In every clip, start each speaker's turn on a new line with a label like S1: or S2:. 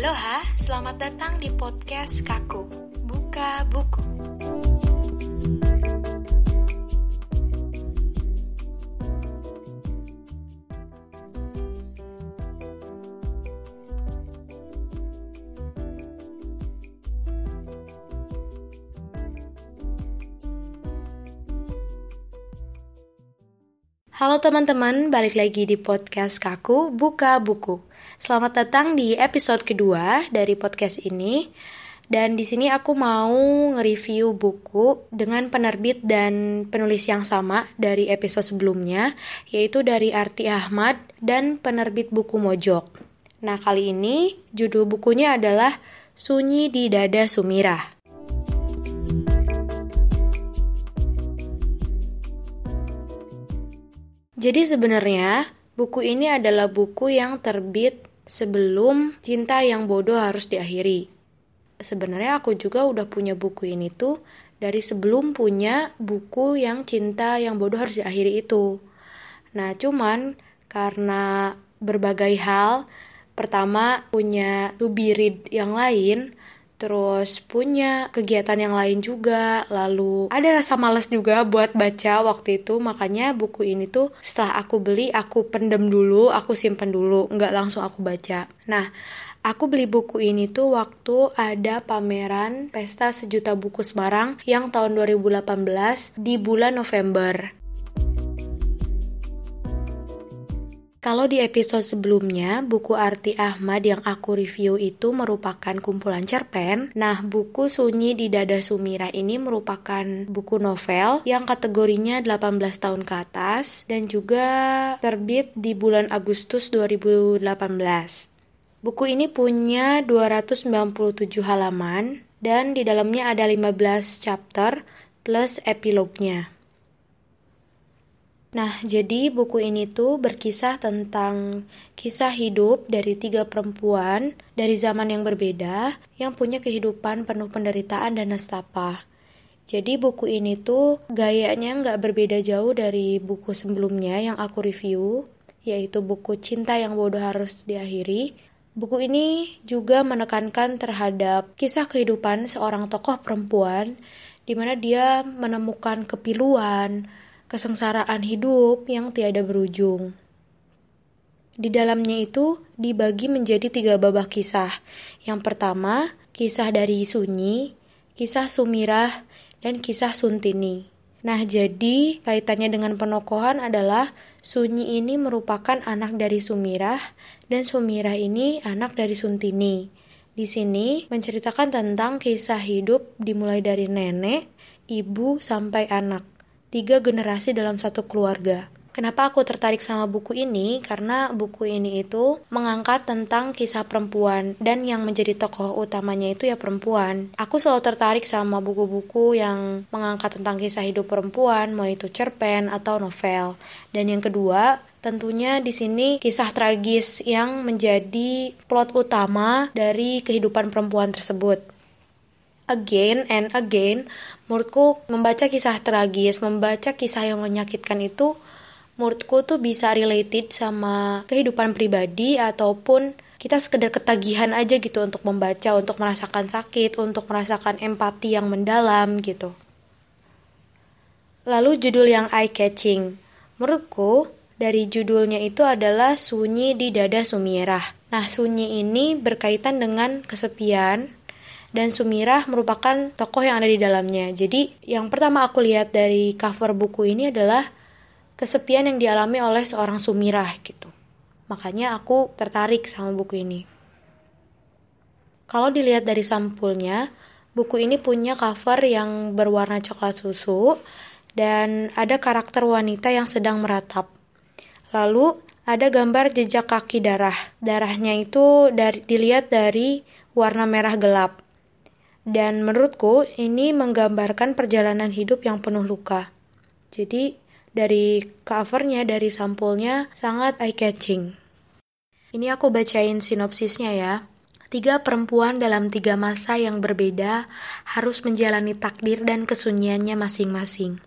S1: Aloha, selamat datang di podcast Kaku, Buka Buku. Halo teman-teman, balik lagi di podcast Kaku, Buka Buku. Selamat datang di episode kedua dari podcast ini. Dan di sini aku mau nge-review buku dengan penerbit dan penulis yang sama dari episode sebelumnya, yaitu dari Arti Ahmad dan penerbit buku Mojok. Nah, kali ini judul bukunya adalah Sunyi di Dada Sumirah. Jadi sebenarnya buku ini adalah buku yang terbit sebelum Cinta yang Bodoh Harus Diakhiri. Sebenarnya aku juga udah punya buku ini tuh dari sebelum punya buku yang Cinta yang Bodoh Harus Diakhiri itu. Nah, cuman karena berbagai hal, pertama punya to be read yang lain, terus punya kegiatan yang lain juga, lalu ada rasa malas juga buat baca waktu itu, makanya buku ini tuh setelah aku beli, aku pendem dulu, aku simpen dulu, nggak langsung aku baca. Nah, aku beli buku ini tuh waktu ada pameran Pesta Sejuta Buku Semarang yang tahun 2018 di bulan November. Kalau di episode sebelumnya, buku Arti Ahmad yang aku review itu merupakan kumpulan cerpen. Nah, buku Sunyi di Dada Sumirah ini merupakan buku novel yang kategorinya 18 tahun ke atas dan juga terbit di bulan Agustus 2018. Buku ini punya 297 halaman dan di dalamnya ada 15 chapter plus epilognya. Nah, jadi buku ini tuh berkisah tentang kisah hidup dari 3 perempuan dari zaman yang berbeda yang punya kehidupan penuh penderitaan dan nestapa. Jadi buku ini tuh gayanya nggak berbeda jauh dari buku sebelumnya yang aku review, yaitu buku Cinta yang Bodoh Harus Diakhiri. Buku ini juga menekankan terhadap kisah kehidupan seorang tokoh perempuan di mana dia menemukan kepiluan, kesengsaraan hidup yang tiada berujung. Di dalamnya itu dibagi menjadi 3 babak kisah. Yang pertama, kisah dari Sunyi, kisah Sumirah, dan kisah Suntini. Nah, jadi kaitannya dengan penokohan adalah Sunyi ini merupakan anak dari Sumirah, dan Sumirah ini anak dari Suntini. Di sini menceritakan tentang kisah hidup dimulai dari nenek, ibu, sampai anak. 3 generasi dalam satu keluarga. Kenapa aku tertarik sama buku ini? Karena buku ini itu mengangkat tentang kisah perempuan dan yang menjadi tokoh utamanya itu ya perempuan. Aku selalu tertarik sama buku-buku yang mengangkat tentang kisah hidup perempuan, mau itu cerpen atau novel. Dan yang kedua, tentunya di sini kisah tragis yang menjadi plot utama dari kehidupan perempuan tersebut. Again and again, menurutku membaca kisah tragis, membaca kisah yang menyakitkan itu, menurutku tuh bisa related sama kehidupan pribadi ataupun kita sekedar ketagihan aja gitu untuk membaca, untuk merasakan sakit, untuk merasakan empati yang mendalam gitu. Lalu judul yang eye-catching, menurutku dari judulnya itu adalah Sunyi di Dada Sumirah. Nah, sunyi ini berkaitan dengan kesepian, dan Sumirah merupakan tokoh yang ada di dalamnya. Jadi yang pertama aku lihat dari cover buku ini adalah kesepian yang dialami oleh seorang Sumirah gitu. Makanya aku tertarik sama buku ini. Kalau dilihat dari sampulnya, buku ini punya cover yang berwarna coklat susu dan ada karakter wanita yang sedang meratap. Lalu ada gambar jejak kaki darah. Darahnya itu dilihat dari warna merah gelap. Dan menurutku ini menggambarkan perjalanan hidup yang penuh luka. Jadi dari covernya, dari sampulnya sangat eye-catching. Ini aku bacain sinopsisnya ya. 3 perempuan dalam 3 masa yang berbeda harus menjalani takdir dan kesunyiannya masing-masing.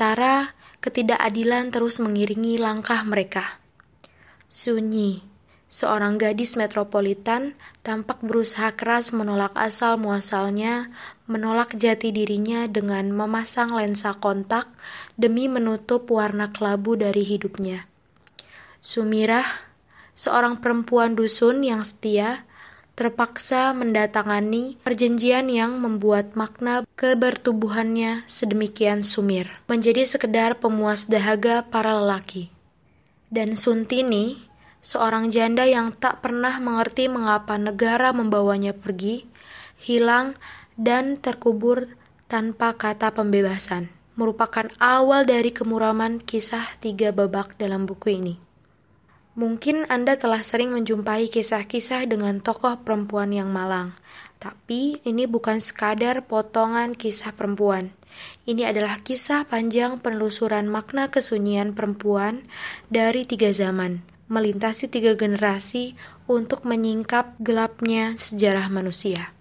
S1: Sementara ketidakadilan terus mengiringi langkah mereka. Sunyi. seorang gadis metropolitan tampak berusaha keras menolak asal-muasalnya, menolak jati dirinya dengan memasang lensa kontak demi menutup warna kelabu dari hidupnya. Sumirah, seorang perempuan dusun yang setia, terpaksa mendatangani perjanjian yang membuat makna kebertubuhannya sedemikian sumir, menjadi sekedar pemuas dahaga para lelaki. Dan Suntini, seorang janda yang tak pernah mengerti mengapa negara membawanya pergi, hilang, dan terkubur tanpa kata pembebasan, merupakan awal dari kemuraman kisah 3 babak dalam buku ini. Mungkin Anda telah sering menjumpai kisah-kisah dengan tokoh perempuan yang malang, tapi ini bukan sekadar potongan kisah perempuan. Ini adalah kisah panjang penelusuran makna kesunyian perempuan dari 3 zaman, melintasi 3 generasi untuk menyingkap gelapnya sejarah manusia.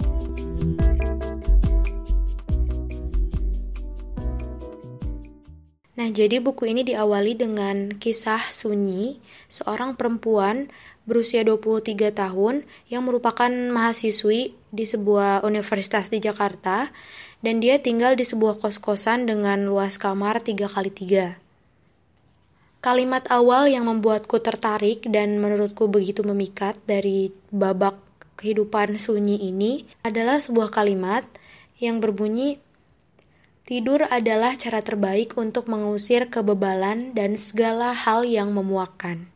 S1: Nah, jadi buku ini diawali dengan kisah Sunyi, seorang perempuan berusia 23 tahun yang merupakan mahasiswi di sebuah universitas di Jakarta, dan dia tinggal di sebuah kos-kosan dengan luas kamar 3x3. Kalimat awal yang membuatku tertarik dan menurutku begitu memikat dari babak kehidupan Sunyi ini adalah sebuah kalimat yang berbunyi, "Tidur adalah cara terbaik untuk mengusir kebebalan dan segala hal yang memuakkan."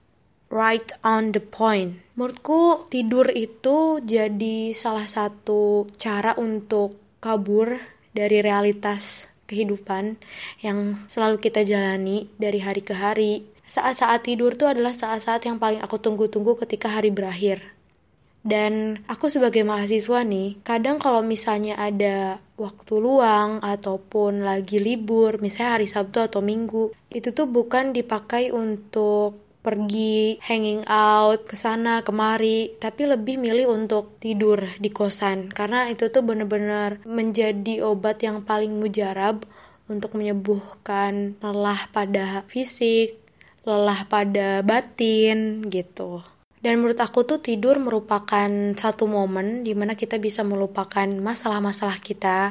S1: Right on the point. Menurutku tidur itu jadi salah satu cara untuk kabur dari realitas kehidupan yang selalu kita jalani dari hari ke hari. Saat-saat tidur tuh adalah saat-saat yang paling aku tunggu-tunggu ketika hari berakhir. Dan aku sebagai mahasiswa nih, kadang kalau misalnya ada waktu luang ataupun lagi libur, misalnya hari Sabtu atau Minggu, itu tuh bukan dipakai untuk pergi hanging out ke sana kemari, tapi lebih milih untuk tidur di kosan, karena itu tuh benar-benar menjadi obat yang paling mujarab untuk menyembuhkan lelah pada fisik, lelah pada batin gitu. Dan menurut aku tuh tidur merupakan satu momen di mana kita bisa melupakan masalah-masalah kita.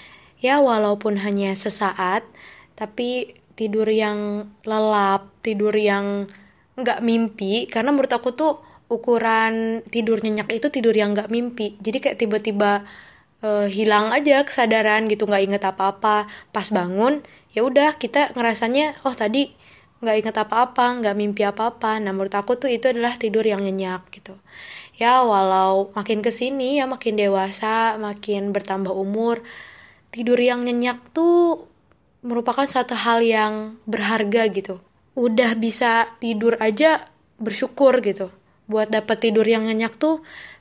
S1: Ya walaupun hanya sesaat, tapi tidur yang lelap, tidur yang nggak mimpi. Karena menurut aku tuh ukuran tidur nyenyak itu tidur yang nggak mimpi. Jadi kayak tiba-tiba hilang aja kesadaran gitu, nggak inget apa-apa. Pas bangun, ya udah kita ngerasanya, oh tadi nggak inget apa-apa, nggak mimpi apa-apa. Nah menurut aku tuh itu adalah tidur yang nyenyak gitu. Ya walau makin kesini ya makin dewasa, makin bertambah umur, tidur yang nyenyak tuh merupakan satu hal yang berharga gitu. Udah bisa tidur aja bersyukur gitu. Buat dapat tidur yang nyenyak tuh,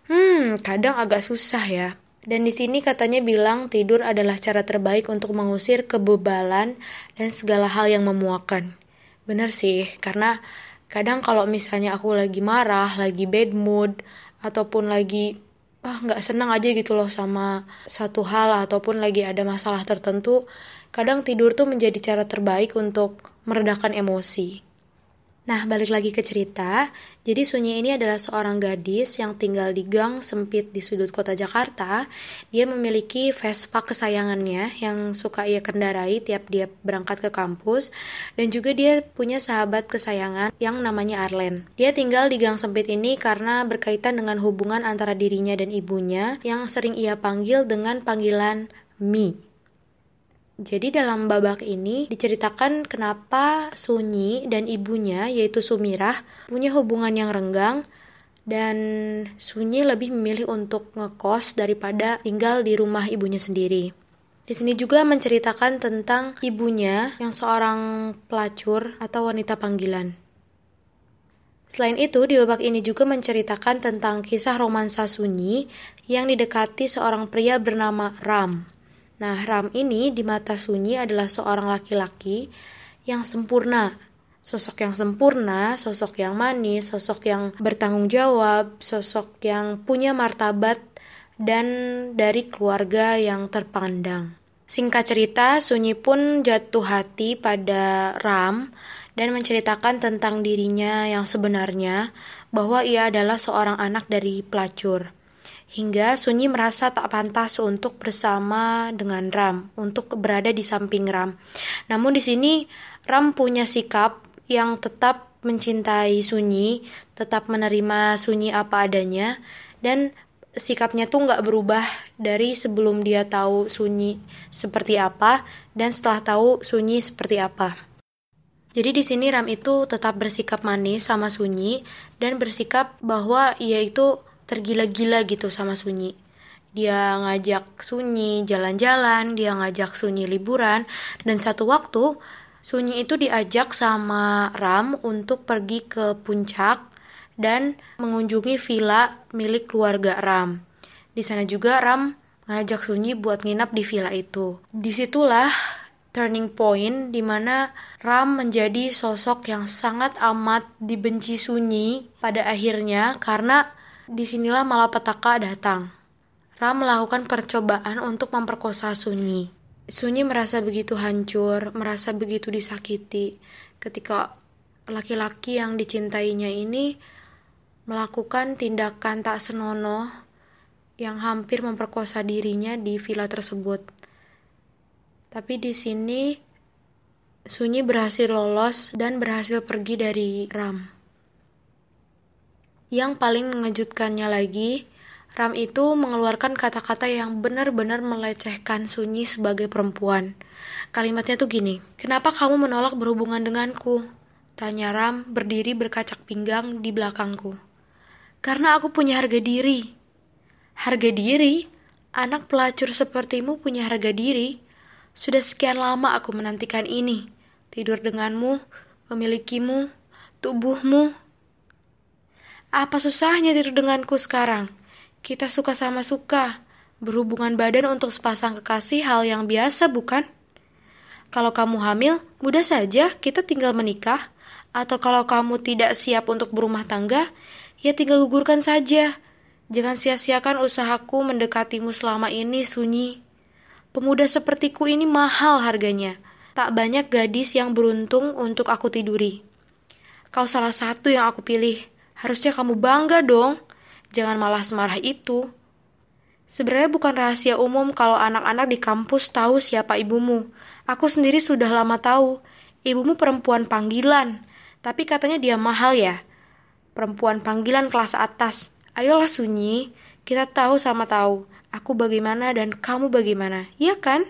S1: kadang agak susah ya. Dan di sini katanya bilang tidur adalah cara terbaik untuk mengusir kebebalan dan segala hal yang memuakkan. Bener sih, karena kadang kalau misalnya aku lagi marah, lagi bad mood, ataupun lagi nggak senang aja gitu loh sama satu hal, ataupun lagi ada masalah tertentu, kadang tidur tuh menjadi cara terbaik untuk meredakan emosi. Nah, balik lagi ke cerita. Jadi Sunyi ini adalah seorang gadis yang tinggal di gang sempit di sudut kota Jakarta. Dia memiliki Vespa kesayangannya yang suka ia kendarai tiap dia berangkat ke kampus. Dan juga dia punya sahabat kesayangan yang namanya Arlen. Dia tinggal di gang sempit ini karena berkaitan dengan hubungan antara dirinya dan ibunya yang sering ia panggil dengan panggilan Mi. Jadi dalam babak ini diceritakan kenapa Sunyi dan ibunya yaitu Sumirah punya hubungan yang renggang, dan Sunyi lebih memilih untuk ngekos daripada tinggal di rumah ibunya sendiri. Di sini juga menceritakan tentang ibunya yang seorang pelacur atau wanita panggilan. Selain itu, di babak ini juga menceritakan tentang kisah romansa Sunyi yang didekati seorang pria bernama Ram. Nah, Ram ini di mata Sunyi adalah seorang laki-laki yang sempurna. Sosok yang sempurna, sosok yang manis, sosok yang bertanggung jawab, sosok yang punya martabat, dan dari keluarga yang terpandang. Singkat cerita, Sunyi pun jatuh hati pada Ram, dan menceritakan tentang dirinya yang sebenarnya, bahwa ia adalah seorang anak dari pelacur. Hingga Sunyi merasa tak pantas untuk bersama dengan Ram, untuk berada di samping Ram. Namun di sini Ram punya sikap yang tetap mencintai Sunyi, tetap menerima Sunyi apa adanya, dan sikapnya tuh nggak berubah dari sebelum dia tahu Sunyi seperti apa dan setelah tahu Sunyi seperti apa. Jadi di sini Ram itu tetap bersikap manis sama Sunyi dan bersikap bahwa ia itu tergila-gila gitu sama Sunyi. Dia ngajak Sunyi jalan-jalan, dia ngajak Sunyi liburan, dan satu waktu Sunyi itu diajak sama Ram untuk pergi ke puncak dan mengunjungi villa milik keluarga Ram. Di sana juga Ram ngajak Sunyi buat nginap di villa itu. Disitulah turning point di mana Ram menjadi sosok yang sangat amat dibenci Sunyi pada akhirnya karena disinilah malapetaka datang. Ram melakukan percobaan untuk memperkosa Sunyi. Sunyi merasa begitu hancur, merasa begitu disakiti ketika laki-laki yang dicintainya ini melakukan tindakan tak senonoh yang hampir memperkosa dirinya di villa tersebut. Tapi di sini Sunyi berhasil lolos dan berhasil pergi dari Ram. Yang paling mengejutkannya lagi, Ram itu mengeluarkan kata-kata yang benar-benar melecehkan Sunyi sebagai perempuan. Kalimatnya tuh gini, "Kenapa kamu menolak berhubungan denganku?" tanya Ram berdiri berkacak pinggang di belakangku. "Karena aku punya harga diri." "Harga diri? Anak pelacur sepertimu punya harga diri? Sudah sekian lama aku menantikan ini. Tidur denganmu, memilikimu, tubuhmu. Apa susahnya tidur denganku sekarang? Kita suka sama suka. Berhubungan badan untuk sepasang kekasih hal yang biasa, bukan? Kalau kamu hamil, mudah saja kita tinggal menikah. Atau kalau kamu tidak siap untuk berumah tangga, ya tinggal gugurkan saja. Jangan sia-siakan usahaku mendekatimu selama ini, Sunyi. Pemuda sepertiku ini mahal harganya. Tak banyak gadis yang beruntung untuk aku tiduri. Kau salah satu yang aku pilih. Harusnya kamu bangga dong. Jangan malah semarah itu. Sebenarnya bukan rahasia umum kalau anak-anak di kampus tahu siapa ibumu. Aku sendiri sudah lama tahu. Ibumu perempuan panggilan. Tapi katanya dia mahal ya. Perempuan panggilan kelas atas. Ayolah Sunyi, kita tahu sama tahu. Aku bagaimana dan kamu bagaimana, iya kan?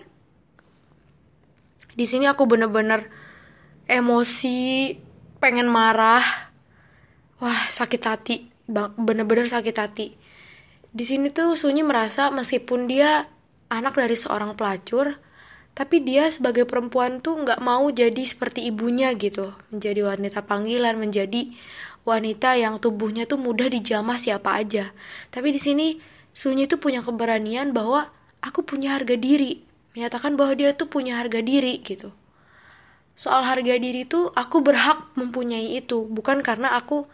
S1: Di sini aku bener-bener emosi, pengen marah. Wah, sakit hati, bener-bener sakit hati. Di sini tuh Sunyi merasa meskipun dia anak dari seorang pelacur, tapi dia sebagai perempuan tuh nggak mau jadi seperti ibunya gitu, menjadi wanita panggilan, menjadi wanita yang tubuhnya tuh mudah dijamah siapa aja. Tapi di sini Sunyi tuh punya keberanian bahwa aku punya harga diri, menyatakan bahwa dia tuh punya harga diri gitu. Soal harga diri tuh aku berhak mempunyai itu, bukan karena aku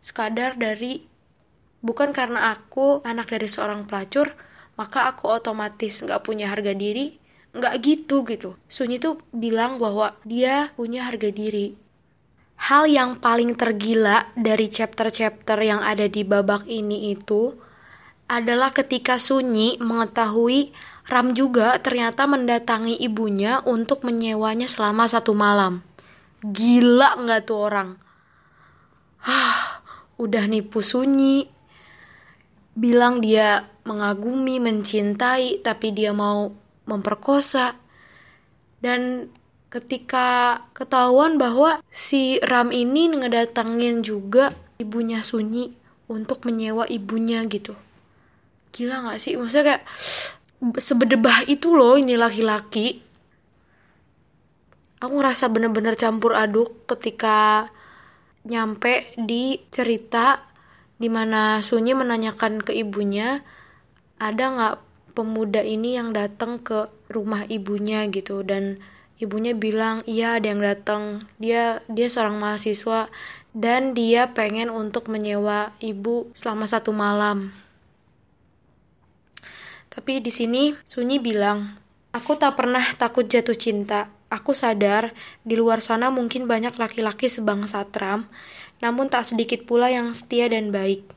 S1: anak dari seorang pelacur, maka aku otomatis gak punya harga diri. Gak gitu. Sunyi tuh bilang bahwa dia punya harga diri. Hal yang paling tergila dari chapter-chapter yang ada di babak ini itu adalah ketika Sunyi mengetahui Ram juga ternyata mendatangi ibunya untuk menyewanya selama 1 malam. Gila gak tuh orang? Udah nipu Sunyi. Bilang dia mengagumi, mencintai, tapi dia mau memperkosa. Dan ketika ketahuan bahwa si Ram ini ngedatangin juga ibunya Sunyi untuk menyewa ibunya gitu. Gila gak sih? Maksudnya kayak sebedebah itu loh ini laki-laki. Aku ngerasa bener-bener campur aduk ketika nyampe di cerita dimana Sunyi menanyakan ke ibunya, ada gak pemuda ini yang datang ke rumah ibunya gitu. Dan ibunya bilang, iya ada yang datang. Dia seorang mahasiswa dan dia pengen untuk menyewa ibu selama 1 malam. Tapi di sini Sunyi bilang, aku tak pernah takut jatuh cinta. Aku sadar di luar sana mungkin banyak laki-laki sebangsa Trump, namun tak sedikit pula yang setia dan baik.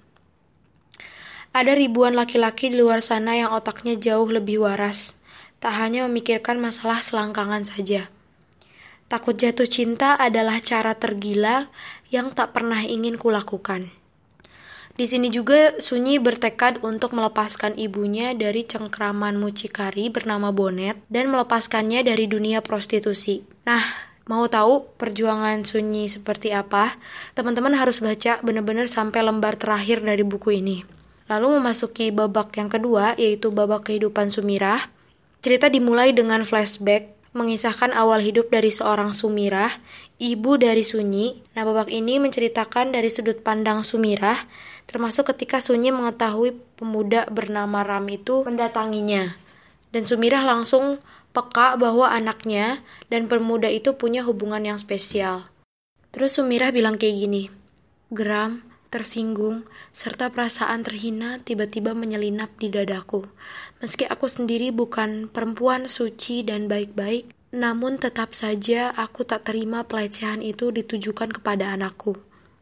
S1: Ada ribuan laki-laki di luar sana yang otaknya jauh lebih waras, tak hanya memikirkan masalah selangkangan saja. Takut jatuh cinta adalah cara tergila yang tak pernah ingin kulakukan. Di sini juga Sunyi bertekad untuk melepaskan ibunya dari cengkraman mucikari bernama Bonet dan melepaskannya dari dunia prostitusi. Nah, mau tahu perjuangan Sunyi seperti apa? Teman-teman harus baca benar-benar sampai lembar terakhir dari buku ini. Lalu memasuki babak yang kedua, yaitu babak kehidupan Sumirah. Cerita dimulai dengan flashback mengisahkan awal hidup dari seorang Sumirah, ibu dari Sunyi. Nah, babak ini menceritakan dari sudut pandang Sumirah, termasuk ketika Sunyi mengetahui pemuda bernama Ram itu mendatanginya. Dan Sumirah langsung peka bahwa anaknya dan pemuda itu punya hubungan yang spesial. Terus Sumirah bilang kayak gini, geram, tersinggung, serta perasaan terhina tiba-tiba menyelinap di dadaku. Meski aku sendiri bukan perempuan suci dan baik-baik, namun tetap saja aku tak terima pelecehan itu ditujukan kepada anakku.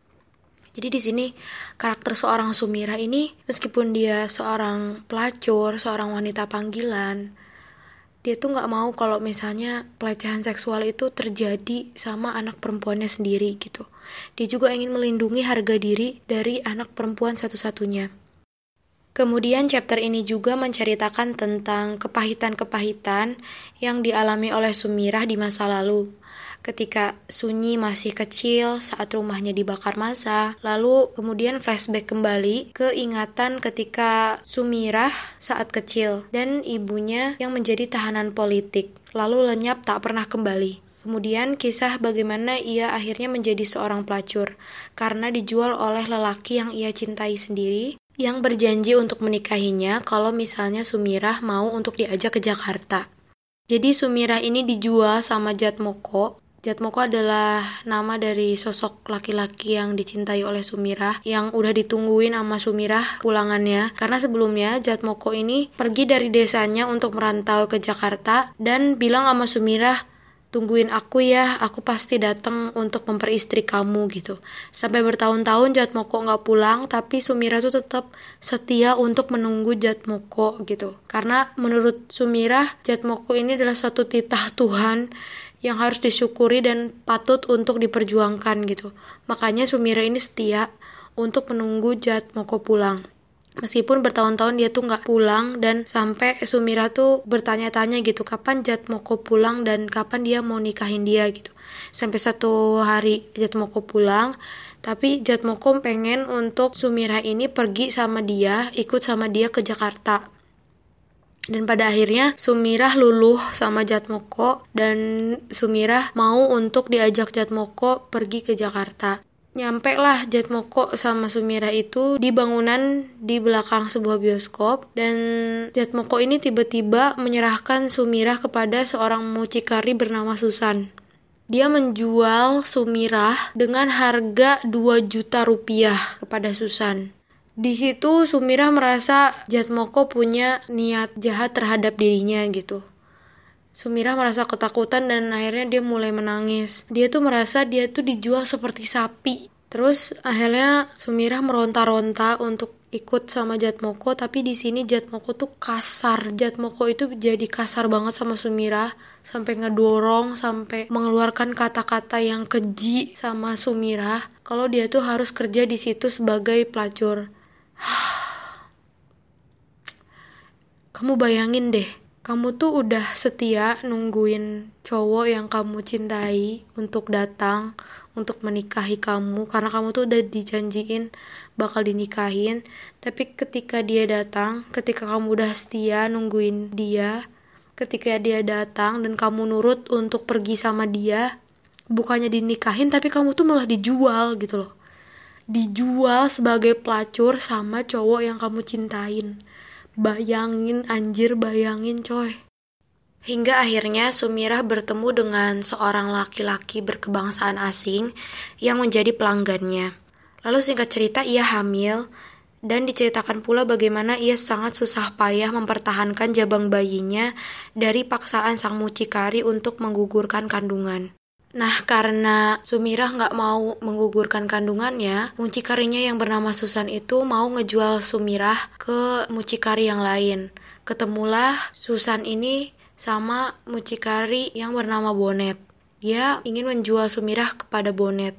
S1: Jadi di sini karakter seorang Sumirah ini, meskipun dia seorang pelacur, seorang wanita panggilan, dia tuh nggak mau kalau misalnya pelecehan seksual itu terjadi sama anak perempuannya sendiri gitu. Dia juga ingin melindungi harga diri dari anak perempuan satu-satunya. Kemudian chapter ini juga menceritakan tentang kepahitan-kepahitan yang dialami oleh Sumirah di masa lalu. Ketika Sunyi masih kecil saat rumahnya dibakar massa, lalu kemudian flashback kembali ke ingatan ketika Sumirah saat kecil dan ibunya yang menjadi tahanan politik, lalu lenyap tak pernah kembali. Kemudian kisah bagaimana ia akhirnya menjadi seorang pelacur karena dijual oleh lelaki yang ia cintai sendiri yang berjanji untuk menikahinya kalau misalnya Sumirah mau untuk diajak ke Jakarta. Jadi Sumirah ini dijual sama Jatmoko. Jatmoko adalah nama dari sosok laki-laki yang dicintai oleh Sumirah yang udah ditungguin sama Sumirah pulangannya. Karena sebelumnya Jatmoko ini pergi dari desanya untuk merantau ke Jakarta dan bilang sama Sumirah, tungguin aku ya, aku pasti datang untuk memperistri kamu gitu. Sampai bertahun-tahun Jatmoko nggak pulang, tapi Sumirah tuh tetap setia untuk menunggu Jatmoko gitu. Karena menurut Sumirah, Jatmoko ini adalah suatu titah Tuhan yang harus disyukuri dan patut untuk diperjuangkan gitu. Makanya Sumirah ini setia untuk menunggu Jatmoko pulang. Meskipun bertahun-tahun dia tuh nggak pulang dan sampai Sumirah tuh bertanya-tanya gitu kapan Jatmoko pulang dan kapan dia mau nikahin dia gitu. Sampai satu hari Jatmoko pulang, tapi Jatmoko pengen untuk Sumirah ini pergi sama dia, ikut sama dia ke Jakarta. Dan pada akhirnya Sumirah luluh sama Jatmoko dan Sumirah mau untuk diajak Jatmoko pergi ke Jakarta. Nyampe lah Jatmoko sama Sumirah itu di bangunan di belakang sebuah bioskop dan Jatmoko ini tiba-tiba menyerahkan Sumirah kepada seorang mucikari bernama Susan. Dia menjual Sumirah dengan harga 2 juta rupiah kepada Susan. Di situ Sumirah merasa Jatmoko punya niat jahat terhadap dirinya gitu. Sumirah merasa ketakutan dan akhirnya dia mulai menangis. Dia tuh merasa dia tuh dijual seperti sapi. Terus akhirnya Sumirah meronta-ronta untuk ikut sama Jatmoko, tapi di sini Jatmoko tuh kasar. Jatmoko itu jadi kasar banget sama Sumirah, sampai ngedorong, sampai mengeluarkan kata-kata yang keji sama Sumirah kalau dia tuh harus kerja di situ sebagai pelacur. Kamu bayangin deh, kamu tuh udah setia nungguin cowok yang kamu cintai untuk datang, untuk menikahi kamu, karena kamu tuh udah dijanjiin bakal dinikahin, tapi ketika dia datang, ketika kamu udah setia nungguin dia, ketika dia datang dan kamu nurut untuk pergi sama dia, bukannya dinikahin tapi kamu tuh malah dijual gitu loh. Dijual sebagai pelacur sama cowok yang kamu cintain. Bayangin anjir, bayangin coy. Hingga akhirnya Sumirah bertemu dengan seorang laki-laki berkebangsaan asing yang menjadi pelanggannya. Lalu singkat cerita ia hamil Dan diceritakan pula bagaimana ia sangat susah payah mempertahankan jabang bayinya dari paksaan sang mucikari untuk menggugurkan kandungan. Nah, karena Sumirah nggak mau menggugurkan kandungannya, mucikarinya yang bernama Susan itu mau ngejual Sumirah ke mucikari yang lain. Ketemulah Susan ini sama mucikari yang bernama Bonnet. Dia ingin menjual Sumirah kepada Bonnet.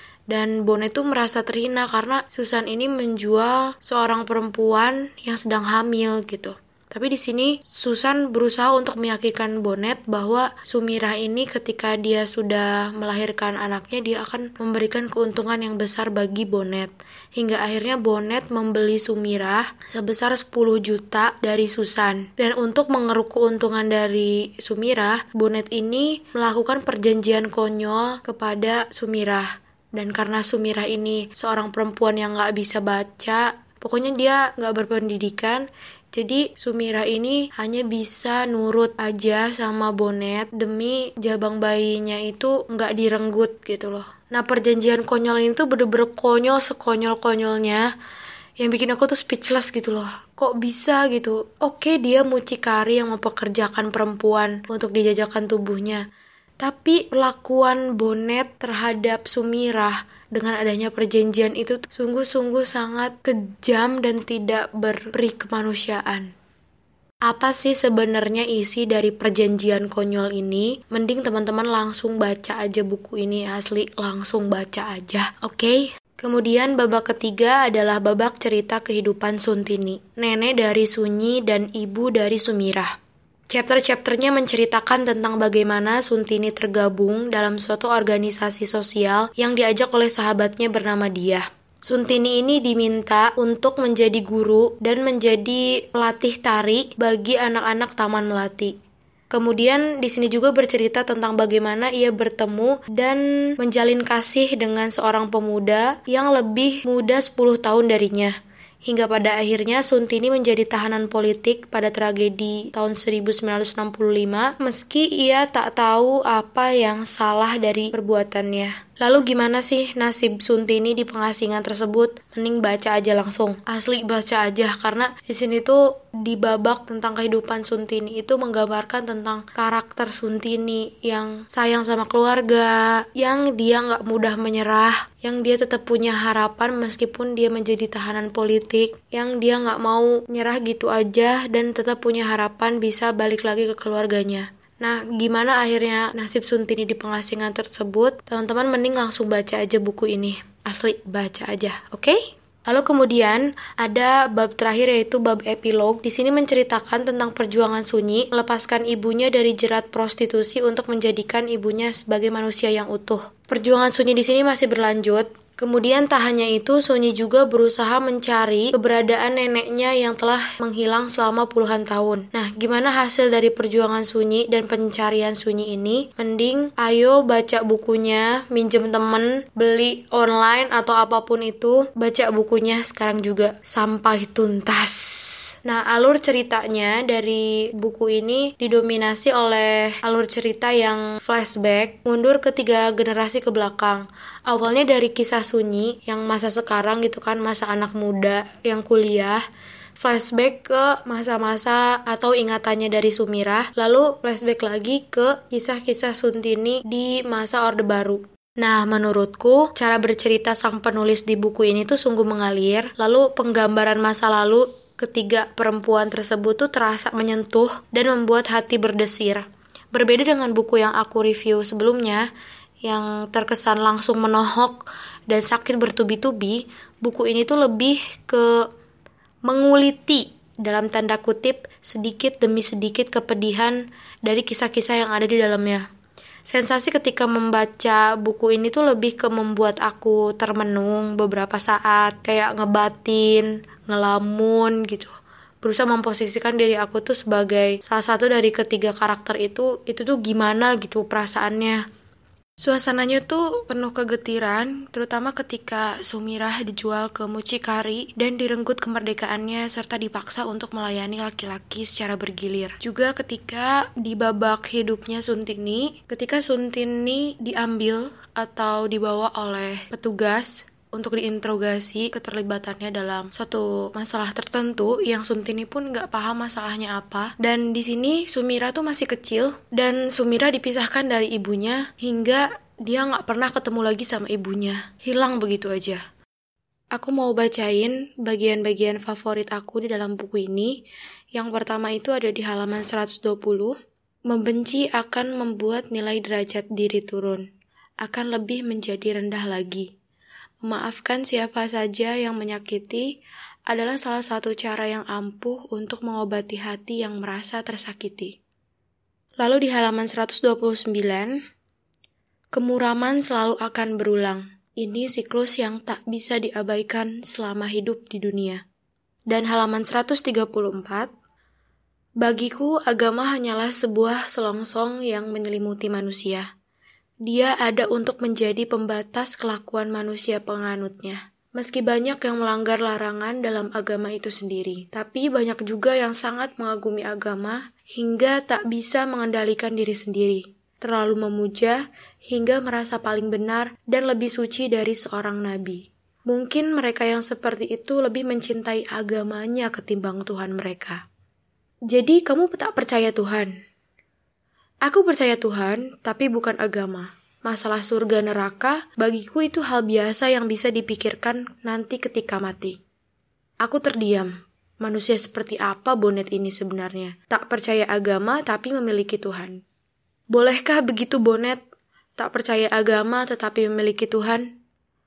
S1: Dan Bonnet tuh merasa terhina karena Susan ini menjual seorang perempuan yang sedang hamil gitu. Tapi di sini Susan berusaha untuk meyakinkan Bonnet bahwa Sumirah ini ketika dia sudah melahirkan anaknya, dia akan memberikan keuntungan yang besar bagi Bonnet. Hingga akhirnya Bonnet membeli Sumirah sebesar 10 juta dari Susan. Dan untuk mengeruk keuntungan dari Sumirah, Bonnet ini melakukan perjanjian konyol kepada Sumirah. Dan karena Sumirah ini seorang perempuan yang gak bisa baca, pokoknya dia gak berpendidikan, jadi Sumirah ini hanya bisa nurut aja sama Bonnet demi jabang bayinya itu gak direnggut gitu loh. Nah, perjanjian konyol ini tuh bener-bener konyol sekonyol-konyolnya, yang bikin aku tuh speechless gitu loh. Kok bisa gitu? Oke, dia mucikari yang mempekerjakan perempuan untuk dijajakan tubuhnya. Tapi perlakuan Bonnet terhadap Sumirah dengan adanya perjanjian itu sungguh-sungguh sangat kejam dan tidak berperi kemanusiaan. Apa sih sebenarnya isi dari perjanjian konyol ini? Mending teman-teman langsung baca aja buku ini, asli langsung baca aja, oke? Kemudian babak ketiga adalah babak cerita kehidupan Suntini, nenek dari Sunyi dan ibu dari Sumirah. Chapter-chapternya menceritakan tentang bagaimana Suntini tergabung dalam suatu organisasi sosial yang diajak oleh sahabatnya bernama Diah. Suntini ini diminta untuk menjadi guru dan menjadi pelatih tari bagi anak-anak Taman Melati. Kemudian di sini juga bercerita tentang bagaimana ia bertemu dan menjalin kasih dengan seorang pemuda yang lebih muda 10 tahun darinya. Hingga pada akhirnya Suntini menjadi tahanan politik pada tragedi tahun 1965 meski ia tak tahu apa yang salah dari perbuatannya. Lalu gimana sih nasib Suntini di pengasingan tersebut? Mending baca aja langsung. Asli baca aja karena di sini tuh di babak tentang kehidupan Suntini itu menggambarkan tentang karakter Suntini yang sayang sama keluarga, yang dia nggak mudah menyerah, yang dia tetap punya harapan meskipun dia menjadi tahanan politik, yang dia nggak mau nyerah gitu aja dan tetap punya harapan bisa balik lagi ke keluarganya. Nah, gimana akhirnya nasib Suntini di pengasingan tersebut? Teman-teman mending langsung baca aja buku ini. Asli, baca aja, oke? Lalu kemudian ada bab terakhir yaitu bab epilog. Di sini menceritakan tentang perjuangan Sunyi melepaskan ibunya dari jerat prostitusi untuk menjadikan ibunya sebagai manusia yang utuh. Perjuangan Sunyi di sini masih berlanjut. Kemudian tak hanya itu, Sunyi juga berusaha mencari keberadaan neneknya yang telah menghilang selama puluhan tahun. Nah, gimana hasil dari perjuangan Sunyi dan pencarian Sunyi ini? Mending ayo baca bukunya, minjem temen, beli online atau apapun itu, baca bukunya sekarang juga sampai tuntas. Nah, alur ceritanya dari buku ini didominasi oleh alur cerita yang flashback, mundur ke 3 generasi ke belakang. Awalnya dari kisah Sunyi yang masa sekarang gitu kan, masa anak muda yang kuliah, flashback ke masa-masa atau ingatannya dari Sumirah, lalu flashback lagi ke kisah-kisah Suntini di masa Orde Baru. Nah, menurutku cara bercerita sang penulis di buku ini tuh sungguh mengalir, lalu penggambaran masa lalu ketiga perempuan tersebut tuh terasa menyentuh dan membuat hati berdesir. Berbeda dengan buku yang aku review sebelumnya, yang terkesan langsung menohok dan sakit bertubi-tubi, buku ini tuh lebih ke menguliti dalam tanda kutip sedikit demi sedikit kepedihan dari kisah-kisah yang ada di dalamnya. Sensasi ketika membaca buku ini tuh lebih ke membuat aku termenung beberapa saat, kayak ngebatin, ngelamun gitu. Berusaha memposisikan diri aku tuh sebagai salah satu dari ketiga karakter itu tuh gimana gitu perasaannya. Suasananya tuh penuh kegetiran, terutama ketika Sumirah dijual ke mucikari dan direnggut kemerdekaannya serta dipaksa untuk melayani laki-laki secara bergilir. Juga ketika di babak hidupnya Suntini, ketika Suntini diambil atau dibawa oleh petugas untuk diinterogasi keterlibatannya dalam suatu masalah tertentu yang Suntini pun nggak paham masalahnya apa. Dan di sini Sumira tuh masih kecil dan Sumira dipisahkan dari ibunya hingga dia nggak pernah ketemu lagi sama ibunya. Hilang begitu aja. Aku mau bacain bagian-bagian favorit aku di dalam buku ini. Yang pertama itu ada di halaman 120. Membenci akan membuat nilai derajat diri turun, akan lebih menjadi rendah lagi. Memaafkan siapa saja yang menyakiti adalah salah satu cara yang ampuh untuk mengobati hati yang merasa tersakiti. Lalu di halaman 129, kemuraman selalu akan berulang. Ini siklus yang tak bisa diabaikan selama hidup di dunia. Dan halaman 134, bagiku, agama hanyalah sebuah selongsong yang menyelimuti manusia. Dia ada untuk menjadi pembatas kelakuan manusia penganutnya. Meski banyak yang melanggar larangan dalam agama itu sendiri, tapi banyak juga yang sangat mengagumi agama hingga tak bisa mengendalikan diri sendiri. Terlalu memuja hingga merasa paling benar dan lebih suci dari seorang nabi. Mungkin mereka yang seperti itu lebih mencintai agamanya ketimbang Tuhan mereka. Jadi kamu tak percaya Tuhan? Aku percaya Tuhan, tapi bukan agama. Masalah surga neraka, bagiku itu hal biasa yang bisa dipikirkan nanti ketika mati. Aku terdiam. Manusia seperti apa Bonet ini sebenarnya? Tak percaya agama, tapi memiliki Tuhan. Bolehkah begitu Bonet? Tak percaya agama, tetapi memiliki Tuhan?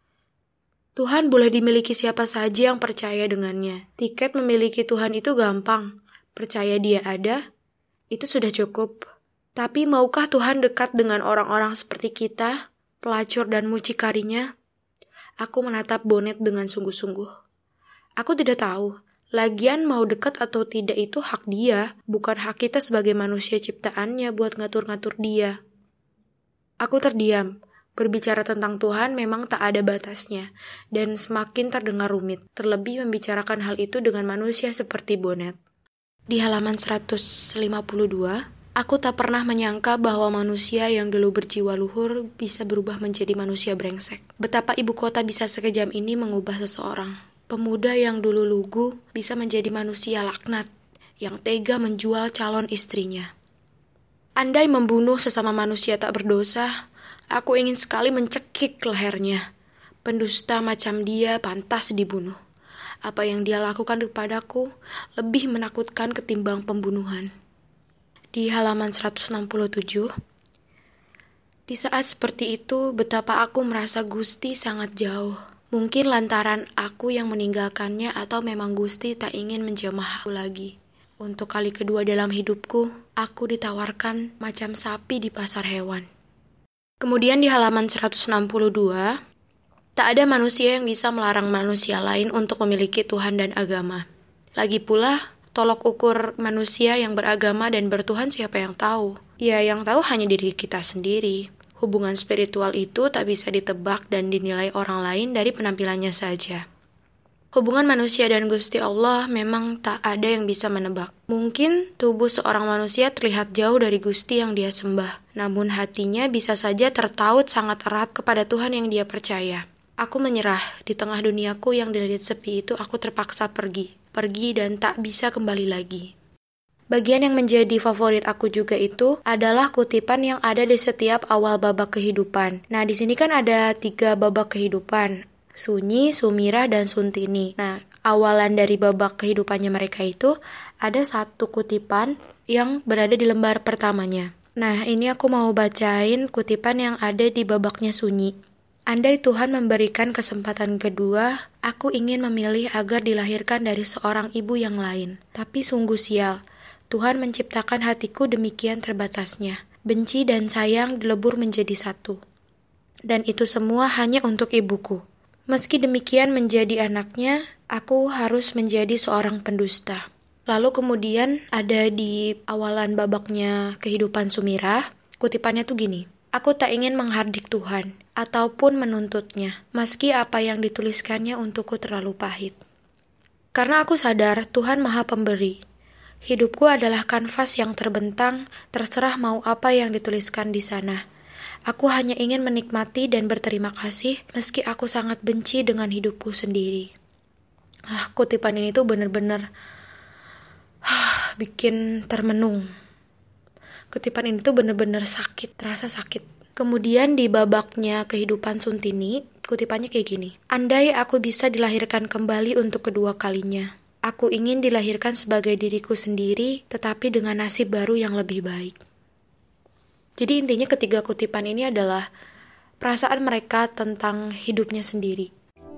S1: Tuhan boleh dimiliki siapa saja yang percaya dengannya. Tiket memiliki Tuhan itu gampang. Percaya dia ada, itu sudah cukup. Tapi maukah Tuhan dekat dengan orang-orang seperti kita, pelacur dan mucikarinya? Aku menatap Bonet dengan sungguh-sungguh. Aku tidak tahu, lagian mau dekat atau tidak itu hak dia, bukan hak kita sebagai manusia ciptaannya buat ngatur-ngatur dia. Aku terdiam. Berbicara tentang Tuhan memang tak ada batasnya, dan semakin terdengar rumit, terlebih membicarakan hal itu dengan manusia seperti Bonet. Di halaman 152, aku tak pernah menyangka bahwa manusia yang dulu berjiwa luhur bisa berubah menjadi manusia brengsek. Betapa ibu kota bisa sekejam ini mengubah seseorang. Pemuda yang dulu lugu bisa menjadi manusia laknat, yang tega menjual calon istrinya. Andai membunuh sesama manusia tak berdosa, aku ingin sekali mencekik lehernya. Pendusta macam dia pantas dibunuh. Apa yang dia lakukan kepadaku lebih menakutkan ketimbang pembunuhan. Di halaman 167, di saat seperti itu betapa aku merasa Gusti sangat jauh. Mungkin lantaran aku yang meninggalkannya atau memang Gusti tak ingin menjamah aku lagi. Untuk kali kedua dalam hidupku, aku ditawarkan macam sapi di pasar hewan. Kemudian di halaman 162, tak ada manusia yang bisa melarang manusia lain untuk memiliki Tuhan dan agama. Lagi pula, tolok ukur manusia yang beragama dan bertuhan siapa yang tahu? Ya, yang tahu hanya diri kita sendiri. Hubungan spiritual itu tak bisa ditebak dan dinilai orang lain dari penampilannya saja. Hubungan manusia dan Gusti Allah memang tak ada yang bisa menebak. Mungkin tubuh seorang manusia terlihat jauh dari Gusti yang dia sembah, namun hatinya bisa saja tertaut sangat erat kepada Tuhan yang dia percaya. Aku menyerah, di tengah duniaku yang dililit sepi itu aku terpaksa pergi dan tak bisa kembali lagi. Bagian yang menjadi favorit aku juga itu adalah kutipan yang ada di setiap awal babak kehidupan. Nah, di sini kan ada 3 babak kehidupan, Sunyi, Sumira, dan Suntini. Nah, awalan dari babak kehidupannya mereka itu ada 1 kutipan yang berada di lembar pertamanya. Nah, ini aku mau bacain kutipan yang ada di babaknya Sunyi. Andai Tuhan memberikan kesempatan kedua, aku ingin memilih agar dilahirkan dari seorang ibu yang lain. Tapi sungguh sial, Tuhan menciptakan hatiku demikian terbatasnya. Benci dan sayang dilebur menjadi satu. Dan itu semua hanya untuk ibuku. Meski demikian menjadi anaknya, aku harus menjadi seorang pendusta. Lalu kemudian ada di awalan babaknya kehidupan Sumira, kutipannya tuh gini. Aku tak ingin menghardik Tuhan, ataupun menuntutnya, meski apa yang dituliskannya untukku terlalu pahit. Karena aku sadar Tuhan Maha Pemberi. Hidupku adalah kanvas yang terbentang, terserah mau apa yang dituliskan di sana. Aku hanya ingin menikmati dan berterima kasih meski aku sangat benci dengan hidupku sendiri. Kutipan ini tuh bener-bener bikin termenung. Kutipan ini tuh bener-bener sakit, terasa sakit. Kemudian di babaknya kehidupan Suntini, kutipannya kayak gini. Andai aku bisa dilahirkan kembali untuk kedua kalinya. Aku ingin dilahirkan sebagai diriku sendiri, tetapi dengan nasib baru yang lebih baik. Jadi intinya ketiga kutipan ini adalah perasaan mereka tentang hidupnya sendiri.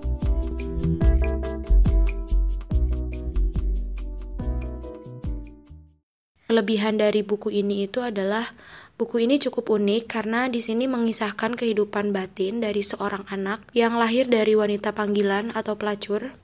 S1: Kelebihan dari buku ini itu adalah buku ini cukup unik karena di sini mengisahkan kehidupan batin dari seorang anak yang lahir dari wanita panggilan atau pelacur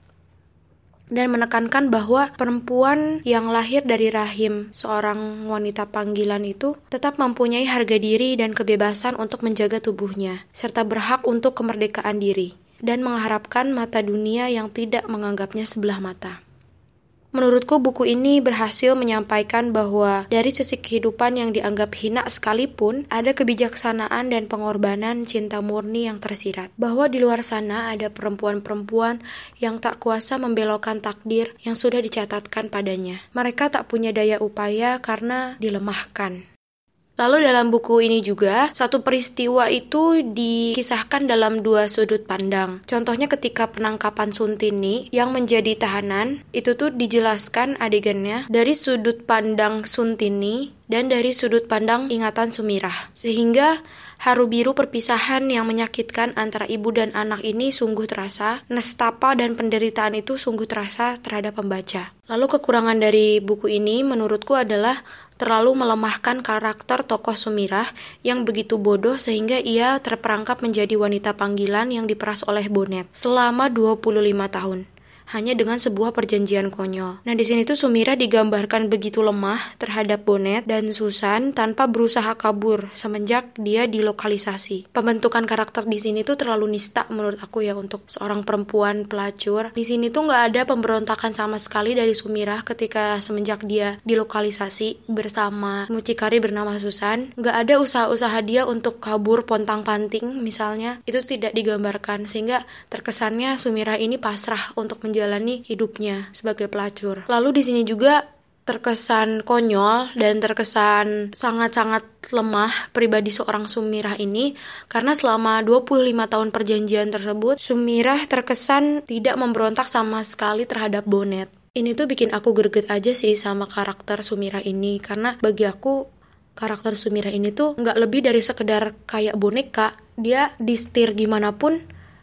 S1: dan menekankan bahwa perempuan yang lahir dari rahim seorang wanita panggilan itu tetap mempunyai harga diri dan kebebasan untuk menjaga tubuhnya, serta berhak untuk kemerdekaan diri, dan mengharapkan mata dunia yang tidak menganggapnya sebelah mata. Menurutku buku ini berhasil menyampaikan bahwa dari sisi kehidupan yang dianggap hina sekalipun, ada kebijaksanaan dan pengorbanan cinta murni yang tersirat. Bahwa di luar sana ada perempuan-perempuan yang tak kuasa membelokkan takdir yang sudah dicatatkan padanya. Mereka tak punya daya upaya karena dilemahkan. Lalu dalam buku ini juga, satu peristiwa itu dikisahkan dalam dua sudut pandang. Contohnya ketika penangkapan Suntini yang menjadi tahanan, itu tuh dijelaskan adegannya dari sudut pandang Suntini dan dari sudut pandang ingatan Sumirah. Sehingga haru biru perpisahan yang menyakitkan antara ibu dan anak ini sungguh terasa, nestapa dan penderitaan itu sungguh terasa terhadap pembaca. Lalu kekurangan dari buku ini menurutku adalah terlalu melemahkan karakter tokoh Sumirah yang begitu bodoh sehingga ia terperangkap menjadi wanita panggilan yang diperas oleh Bonnet selama 25 tahun. Hanya dengan sebuah perjanjian konyol. Nah, di sini tuh Sumirah digambarkan begitu lemah terhadap Bonnet dan Susan tanpa berusaha kabur semenjak dia dilokalisasi. Pembentukan karakter di sini tuh terlalu nista menurut aku ya untuk seorang perempuan pelacur. Di sini tuh nggak ada pemberontakan sama sekali dari Sumirah ketika semenjak dia dilokalisasi bersama mucikari bernama Susan. Nggak ada usaha-usaha dia untuk kabur pontang-panting misalnya. Itu tidak digambarkan sehingga terkesannya Sumirah ini pasrah untuk menjalani hidupnya sebagai pelacur. Lalu di sini juga terkesan konyol dan terkesan sangat-sangat lemah pribadi seorang Sumirah ini karena selama 25 tahun perjanjian tersebut Sumirah terkesan tidak memberontak sama sekali terhadap Bonnet. Ini tuh bikin aku greget aja sih sama karakter Sumirah ini karena bagi aku karakter Sumirah ini tuh nggak lebih dari sekedar kayak boneka. Dia disetir gimana pun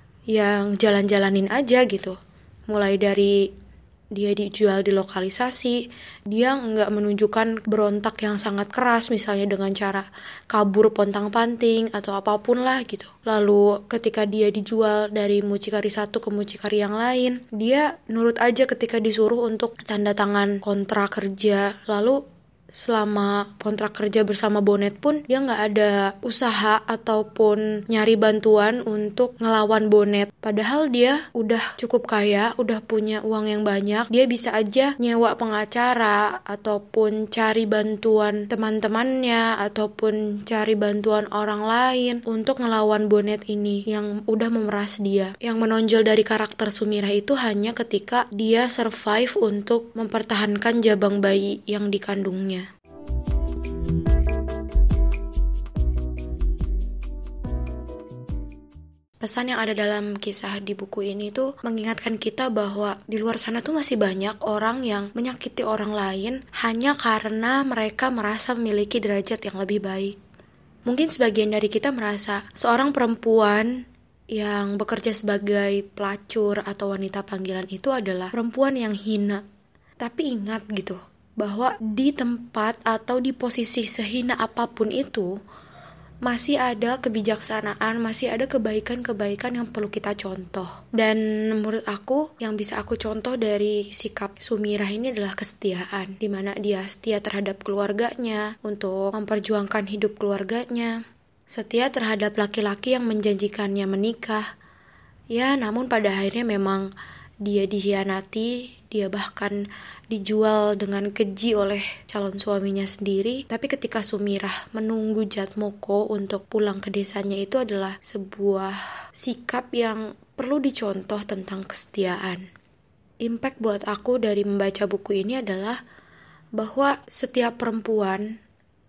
S1: yang jalan-jalanin aja gitu. Mulai dari dia dijual di lokalisasi, dia nggak menunjukkan berontak yang sangat keras misalnya dengan cara kabur pontang-panting atau apapun lah gitu. Lalu ketika dia dijual dari mucikari satu ke mucikari yang lain, dia nurut aja ketika disuruh untuk tanda tangan kontrak kerja. Lalu selama kontrak kerja bersama Bonnet pun dia nggak ada usaha ataupun nyari bantuan untuk ngelawan Bonnet. Padahal dia udah cukup kaya, udah punya uang yang banyak. Dia bisa aja nyewa pengacara ataupun cari bantuan teman-temannya ataupun cari bantuan orang lain untuk ngelawan Bonnet ini yang udah memeras dia. Yang menonjol dari karakter Sumirah itu hanya ketika dia survive untuk mempertahankan jabang bayi yang dikandungnya. Pesan yang ada dalam kisah di buku ini tuh mengingatkan kita bahwa di luar sana tuh masih banyak orang yang menyakiti orang lain hanya karena mereka merasa memiliki derajat yang lebih baik. Mungkin sebagian dari kita merasa seorang perempuan yang bekerja sebagai pelacur atau wanita panggilan itu adalah perempuan yang hina. Tapi ingat gitu, bahwa di tempat atau di posisi sehina apapun itu, masih ada kebijaksanaan, masih ada kebaikan-kebaikan yang perlu kita contoh. Dan menurut aku, yang bisa aku contoh dari sikap Sumirah ini adalah kesetiaan, di mana dia setia terhadap keluarganya, untuk memperjuangkan hidup keluarganya, setia terhadap laki-laki yang menjanjikannya menikah. Ya, namun pada akhirnya memang dia dikhianati, dia bahkan dijual dengan keji oleh calon suaminya sendiri. Tapi ketika Sumirah menunggu Jatmoko untuk pulang ke desanya, itu adalah sebuah sikap yang perlu dicontoh tentang kesetiaan. Impact buat aku dari membaca buku ini adalah bahwa setiap perempuan,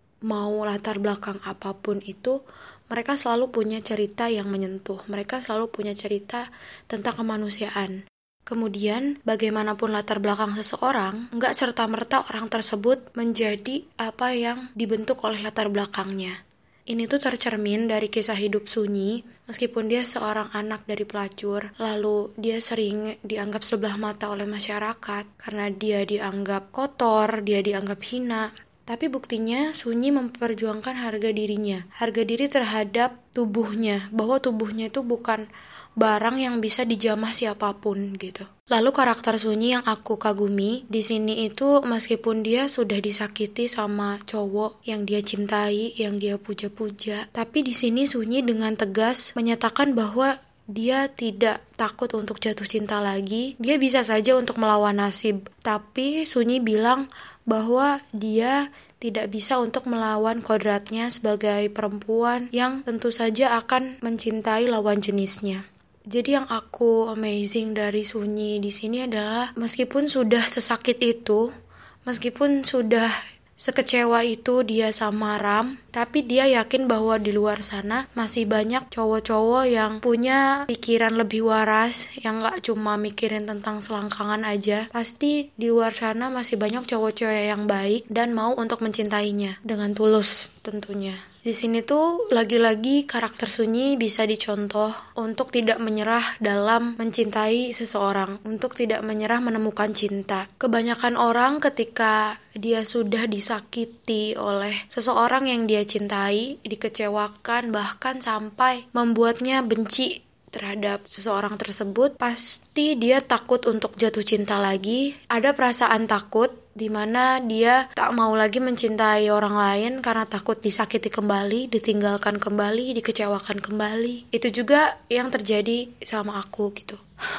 S1: mau latar belakang apapun itu, mereka selalu punya cerita yang menyentuh. Mereka selalu punya cerita tentang kemanusiaan. Kemudian, bagaimanapun latar belakang seseorang, nggak serta-merta orang tersebut menjadi apa yang dibentuk oleh latar belakangnya. Ini tuh tercermin dari kisah hidup Sunyi, meskipun dia seorang anak dari pelacur, lalu dia sering dianggap sebelah mata oleh masyarakat, karena dia dianggap kotor, dia dianggap hina. Tapi buktinya Sunyi memperjuangkan harga dirinya, harga diri terhadap tubuhnya, bahwa tubuhnya itu bukan barang yang bisa dijamah siapapun gitu. Lalu karakter Sunyi yang aku kagumi di sini itu, meskipun dia sudah disakiti sama cowok yang dia cintai, yang dia puja-puja, tapi di sini Sunyi dengan tegas menyatakan bahwa dia tidak takut untuk jatuh cinta lagi. Dia bisa saja untuk melawan nasib, tapi Sunyi bilang bahwa dia tidak bisa untuk melawan kodratnya sebagai perempuan yang tentu saja akan mencintai lawan jenisnya. Jadi yang aku amazing dari Sunyi di sini adalah meskipun sudah sesakit itu, meskipun sudah sekecewa itu dia sama Ram, tapi dia yakin bahwa di luar sana masih banyak cowok-cowok yang punya pikiran lebih waras, yang gak cuma mikirin tentang selangkangan aja. Pasti di luar sana masih banyak cowok-cowok yang baik dan mau untuk mencintainya dengan tulus tentunya. Di sini tuh lagi-lagi karakter Sunyi bisa dicontoh untuk tidak menyerah dalam mencintai seseorang, untuk tidak menyerah menemukan cinta. Kebanyakan orang ketika dia sudah disakiti oleh seseorang yang dia cintai, dikecewakan, bahkan sampai membuatnya benci terhadap seseorang tersebut, pasti dia takut untuk jatuh cinta lagi. Ada perasaan takut di mana dia tak mau lagi mencintai orang lain karena takut disakiti kembali, ditinggalkan kembali, dikecewakan kembali. Itu juga yang terjadi sama aku gitu.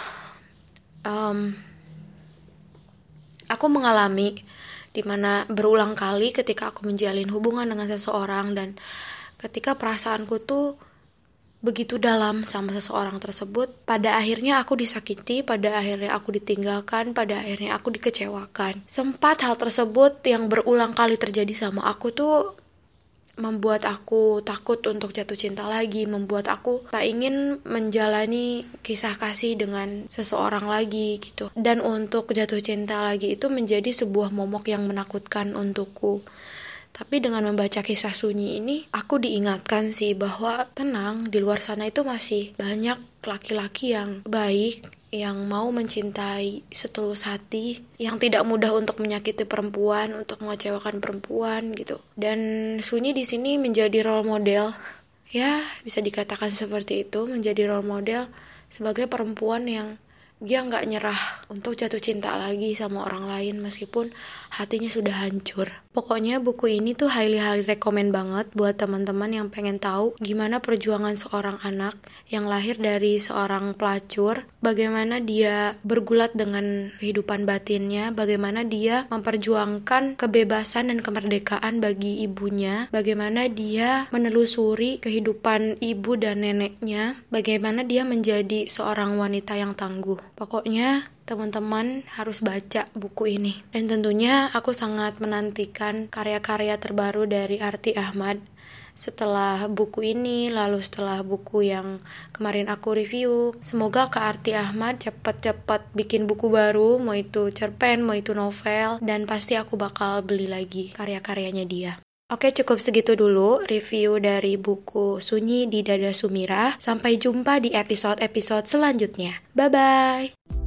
S1: Aku mengalami di mana berulang kali ketika aku menjalin hubungan dengan seseorang, dan ketika perasaanku tuh begitu dalam sama seseorang tersebut, pada akhirnya aku disakiti, pada akhirnya aku ditinggalkan, pada akhirnya aku dikecewakan. Sempat hal tersebut yang berulang kali terjadi sama aku tuh membuat aku takut untuk jatuh cinta lagi, membuat aku tak ingin menjalani kisah kasih dengan seseorang lagi gitu. Dan untuk jatuh cinta lagi itu menjadi sebuah momok yang menakutkan untukku. Tapi dengan membaca kisah Sunyi ini, aku diingatkan sih bahwa tenang, di luar sana itu masih banyak laki-laki yang baik, yang mau mencintai setulus hati, yang tidak mudah untuk menyakiti perempuan, untuk mengecewakan perempuan gitu. Dan Sunyi di sini menjadi role model, ya bisa dikatakan seperti itu, menjadi role model sebagai perempuan yang dia nggak nyerah untuk jatuh cinta lagi sama orang lain meskipun hatinya sudah hancur. Pokoknya buku ini tuh highly recommend banget buat teman-teman yang pengen tahu gimana perjuangan seorang anak yang lahir dari seorang pelacur, bagaimana dia bergulat dengan kehidupan batinnya, bagaimana dia memperjuangkan kebebasan dan kemerdekaan bagi ibunya, bagaimana dia menelusuri kehidupan ibu dan neneknya, bagaimana dia menjadi seorang wanita yang tangguh. Pokoknya teman-teman harus baca buku ini. Dan tentunya aku sangat menantikan karya-karya terbaru dari Arti Ahmad setelah buku ini, lalu setelah buku yang kemarin aku review. Semoga Kak Arti Ahmad cepat-cepat bikin buku baru, mau itu cerpen, mau itu novel, dan pasti aku bakal beli lagi karya-karyanya dia. Oke, cukup segitu dulu review dari buku Sunyi di Dada Sumirah. Sampai jumpa di episode-episode selanjutnya. Bye-bye!